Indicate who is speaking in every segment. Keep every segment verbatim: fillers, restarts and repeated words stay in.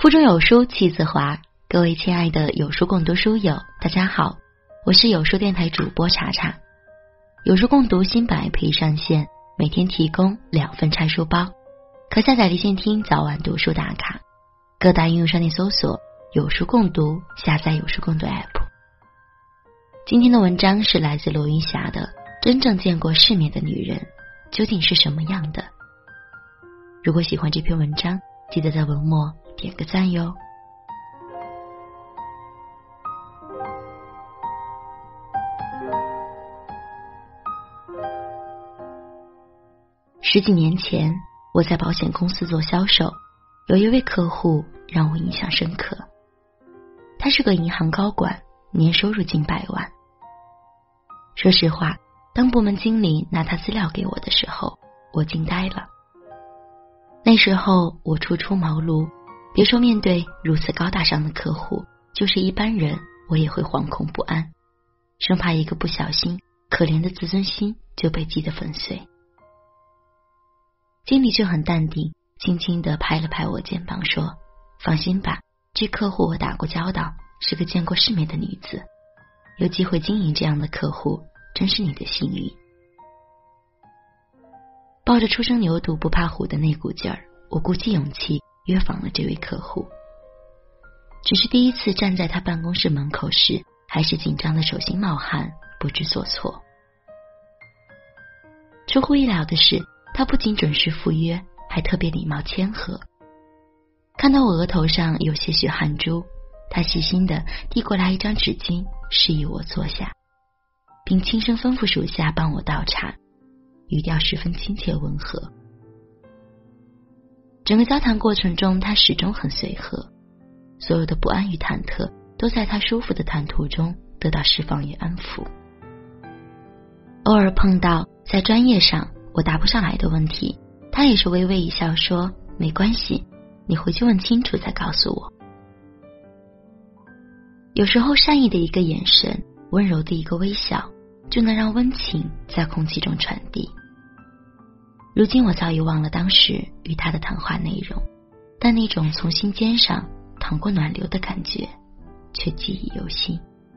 Speaker 1: 腹中有书气自华，各位亲爱的有书共读书友，大家好，我是有书电台主播查查。有书共读新版 A P P 上线，每天提供两份拆书包，可下载离线听，早晚读书打卡。各大应用商店搜索有书共读，下载有书共读 A P P。 今天的文章是来自罗云霞的《真正见过世面的女人究竟是什么样的》。如果喜欢这篇文章，记得在文末点个赞哟。十几年前，我在保险公司做销售，有一位客户让我印象深刻。他是个银行高管，年收入近百万。说实话，当部门经理拿他资料给我的时候，我惊呆了。那时候我初出茅庐，别说面对如此高大上的客户，就是一般人我也会惶恐不安，生怕一个不小心，可怜的自尊心就被击得粉碎。经理却很淡定，轻轻地拍了拍我肩膀说，放心吧，这客户我打过交道，是个见过世面的女子，有机会经营这样的客户，真是你的幸运。抱着初生牛犊不怕虎的那股劲儿，我鼓起勇气约访了这位客户。只是第一次站在他办公室门口时，还是紧张的手心冒汗，不知所措。出乎意料的是，他不仅准时赴约，还特别礼貌谦和。看到我额头上有些许汗珠，他细心地递过来一张纸巾，示意我坐下，并轻声吩咐属下帮我倒茶，语调十分亲切温和。整个交谈过程中，他始终很随和，所有的不安与忐忑都在他舒服的谈吐中得到释放与安抚。偶尔碰到在专业上我答不上来的问题，他也是微微一笑说，没关系，你回去问清楚再告诉我。有时候善意的一个眼神，温柔的一个微笑，就能让温情在空气中传递。如今我早已忘了当时与他的谈话内容，但那种从心尖上淌过暖流的感觉却记忆犹新。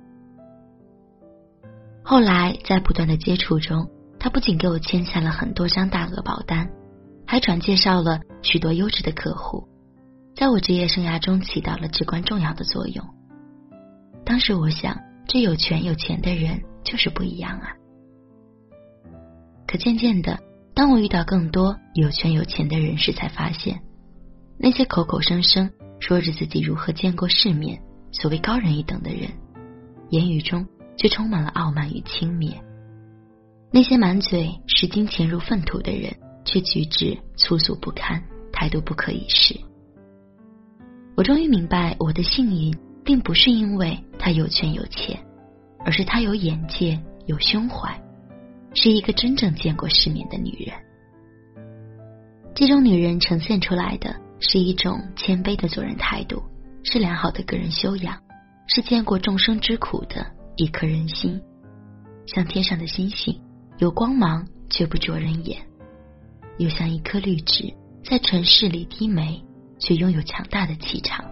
Speaker 1: 后来在不断的接触中，他不仅给我签下了很多张大额保单，还转介绍了许多优质的客户，在我职业生涯中起到了至关重要的作用。当时我想，这有权有钱的人就是不一样啊。可渐渐的，当我遇到更多有权有钱的人时，才发现那些口口声声说着自己如何见过世面，所谓高人一等的人，言语中却充满了傲慢与轻蔑。那些满嘴视金钱如粪土的人，却举止粗俗不堪，态度不可一世。我终于明白，我的幸运并不是因为她有权有钱，而是她有眼界有胸怀，是一个真正见过世面的女人。这种女人呈现出来的是一种谦卑的做人态度，是良好的个人修养，是见过众生之苦的一颗人心，像天上的星星，有光芒却不灼人眼，又像一颗绿植，在尘世里低眉，却拥有强大的气场。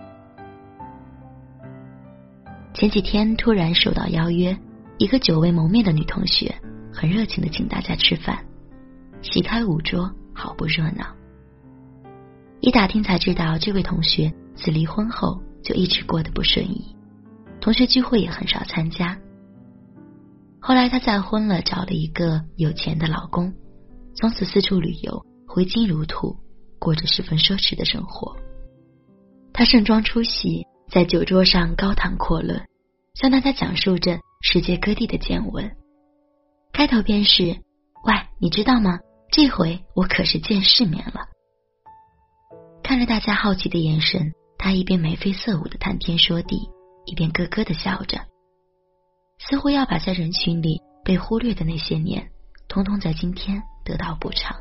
Speaker 1: 前几天突然收到邀约，一个久未谋面的女同学很热情地请大家吃饭，席开五桌，好不热闹。一打听才知道，这位同学自离婚后就一直过得不顺意，同学聚会也很少参加。后来她再婚了，找了一个有钱的老公，从此四处旅游，挥金如土，过着十分奢侈的生活。她盛装出席，在酒桌上高谈阔论，向大家讲述着世界各地的见闻。开头便是，喂，你知道吗？这回我可是见世面了。看着大家好奇的眼神，她一边眉飞色舞的谈天说地，一边咯咯地笑着，似乎要把在人群里被忽略的那些年，通通在今天得到补偿。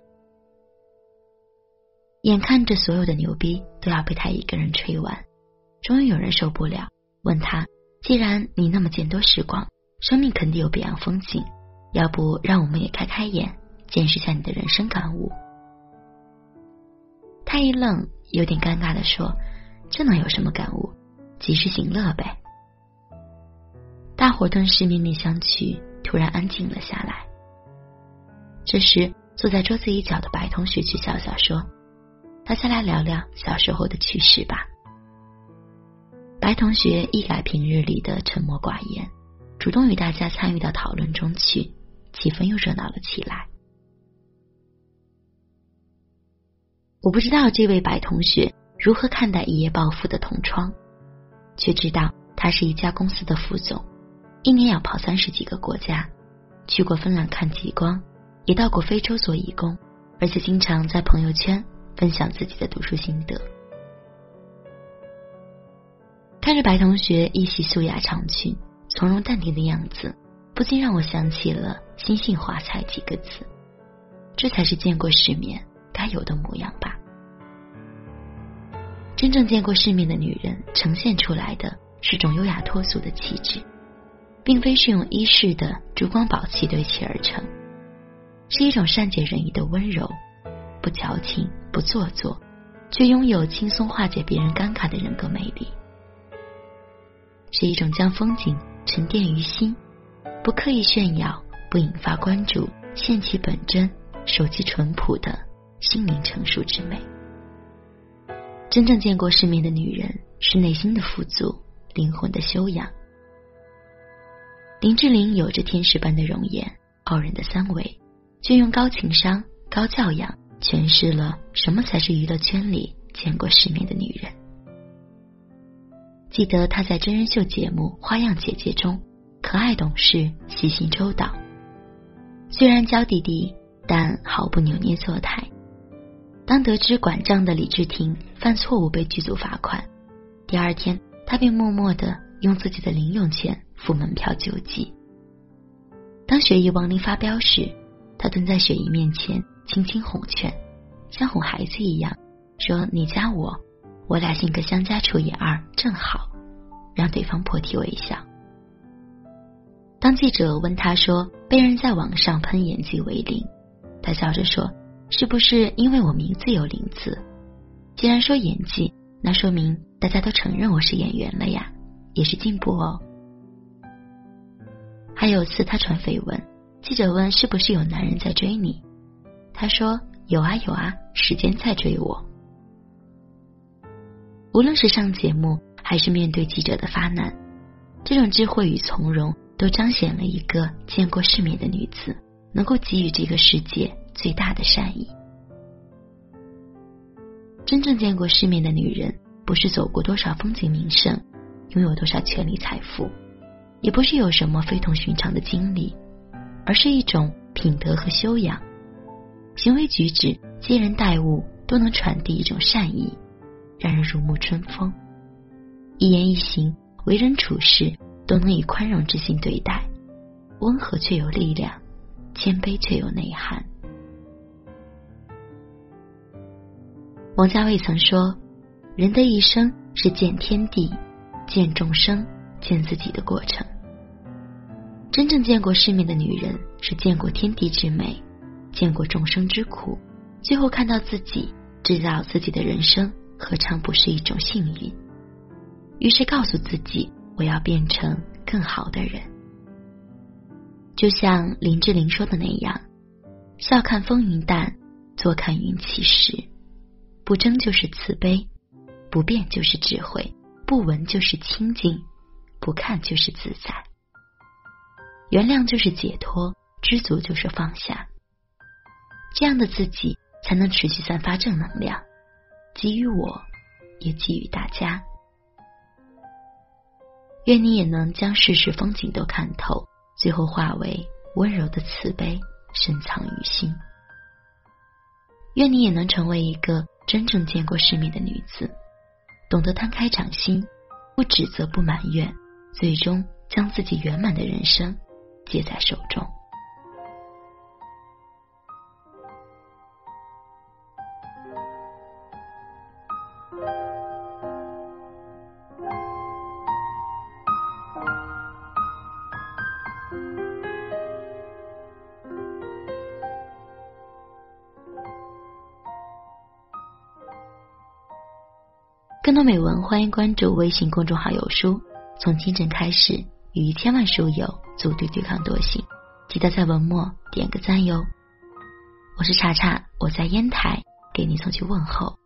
Speaker 1: 眼看着所有的牛逼都要被他一个人吹完，终于有人受不了，问他，既然你那么见多识广，生命肯定有别样风景，要不让我们也开开眼，见识下你的人生感悟。他一愣，有点尴尬地说， 这能有什么感悟？及时行乐呗。大伙顿时面面相觑，突然安静了下来。这时坐在桌子一角的白同学却笑笑说，大家来聊聊小时候的趣事吧。白同学一改平日里的沉默寡言，主动与大家参与到讨论中去，气氛又热闹了起来。我不知道这位白同学如何看待一夜暴富的同窗，却知道他是一家公司的副总，一年要跑三十几个国家，去过芬兰看极光，也到过非洲做义工，而且经常在朋友圈分享自己的读书心得。看着白同学一袭素雅长裙，从容淡定的样子，不禁让我想起了心性华彩几个字，这才是见过世面该有的模样吧。真正见过世面的女人呈现出来的是种优雅脱俗的气质，并非是用衣饰的珠光宝气堆砌而成，是一种善解人意的温柔，不矫情不做作，却拥有轻松化解别人尴尬的人格魅力，是一种将风景沉淀于心，不刻意炫耀，不引发关注，现其本真，守其淳朴的心灵成熟之美。真正见过世面的女人是内心的富足，灵魂的修养。林志玲有着天使般的容颜，傲人的三围，却用高情商高教养诠释了什么才是娱乐圈里见过世面的女人。记得她在真人秀节目《花样姐姐》中可爱懂事，细心周到，虽然娇滴滴，但毫不扭捏作态。当得知管账的李治廷犯错误被剧组罚款，第二天他便默默地用自己的零用钱付门票救济。当雪姨亡灵发飙时，他蹲在雪姨面前轻轻哄劝，像哄孩子一样说，你加我，我俩性格相加除以二正好，让对方破涕为笑。当记者问他说被人在网上喷演技为零，他笑着说，是不是因为我名字有零字？既然说演技，那说明大家都承认我是演员了呀，也是进步哦。还有次他传绯闻，记者问是不是有男人在追你，他说有啊有啊，时间在追我。无论是上节目还是面对记者的发难，这种智慧与从容都彰显了一个见过世面的女子能够给予这个世界最大的善意。真正见过世面的女人，不是走过多少风景名胜，拥有多少权力财富，也不是有什么非同寻常的经历，而是一种品德和修养，行为举止接人待物都能传递一种善意，让人如沐春风，一言一行为人处事都能以宽容之心对待，温和却有力量，谦卑却有内涵。王家卫曾说，人的一生是见天地、见众生、见自己的过程。真正见过世面的女人，是见过天地之美，见过众生之苦，最后看到自己，知道自己的人生何尝不是一种幸运，于是告诉自己，我要变成更好的人。就像林志玲说的那样，笑看风云淡，坐看云起时，不争就是慈悲，不变就是智慧，不闻就是清净，不看就是自在。原谅就是解脱，知足就是放下。这样的自己才能持续散发正能量，给予我，也给予大家。愿你也能将世事风景都看透，最后化为温柔的慈悲，深藏于心。愿你也能成为一个真正见过世面的女子，懂得摊开掌心，不指责不埋怨，最终将自己圆满的人生接在手中。 更多美文欢迎关注微信公众号有书，从今晨开始与一千万书友组队对抗惰性，记得在文末点个赞哟。我是查查，我在烟台给你送去问候。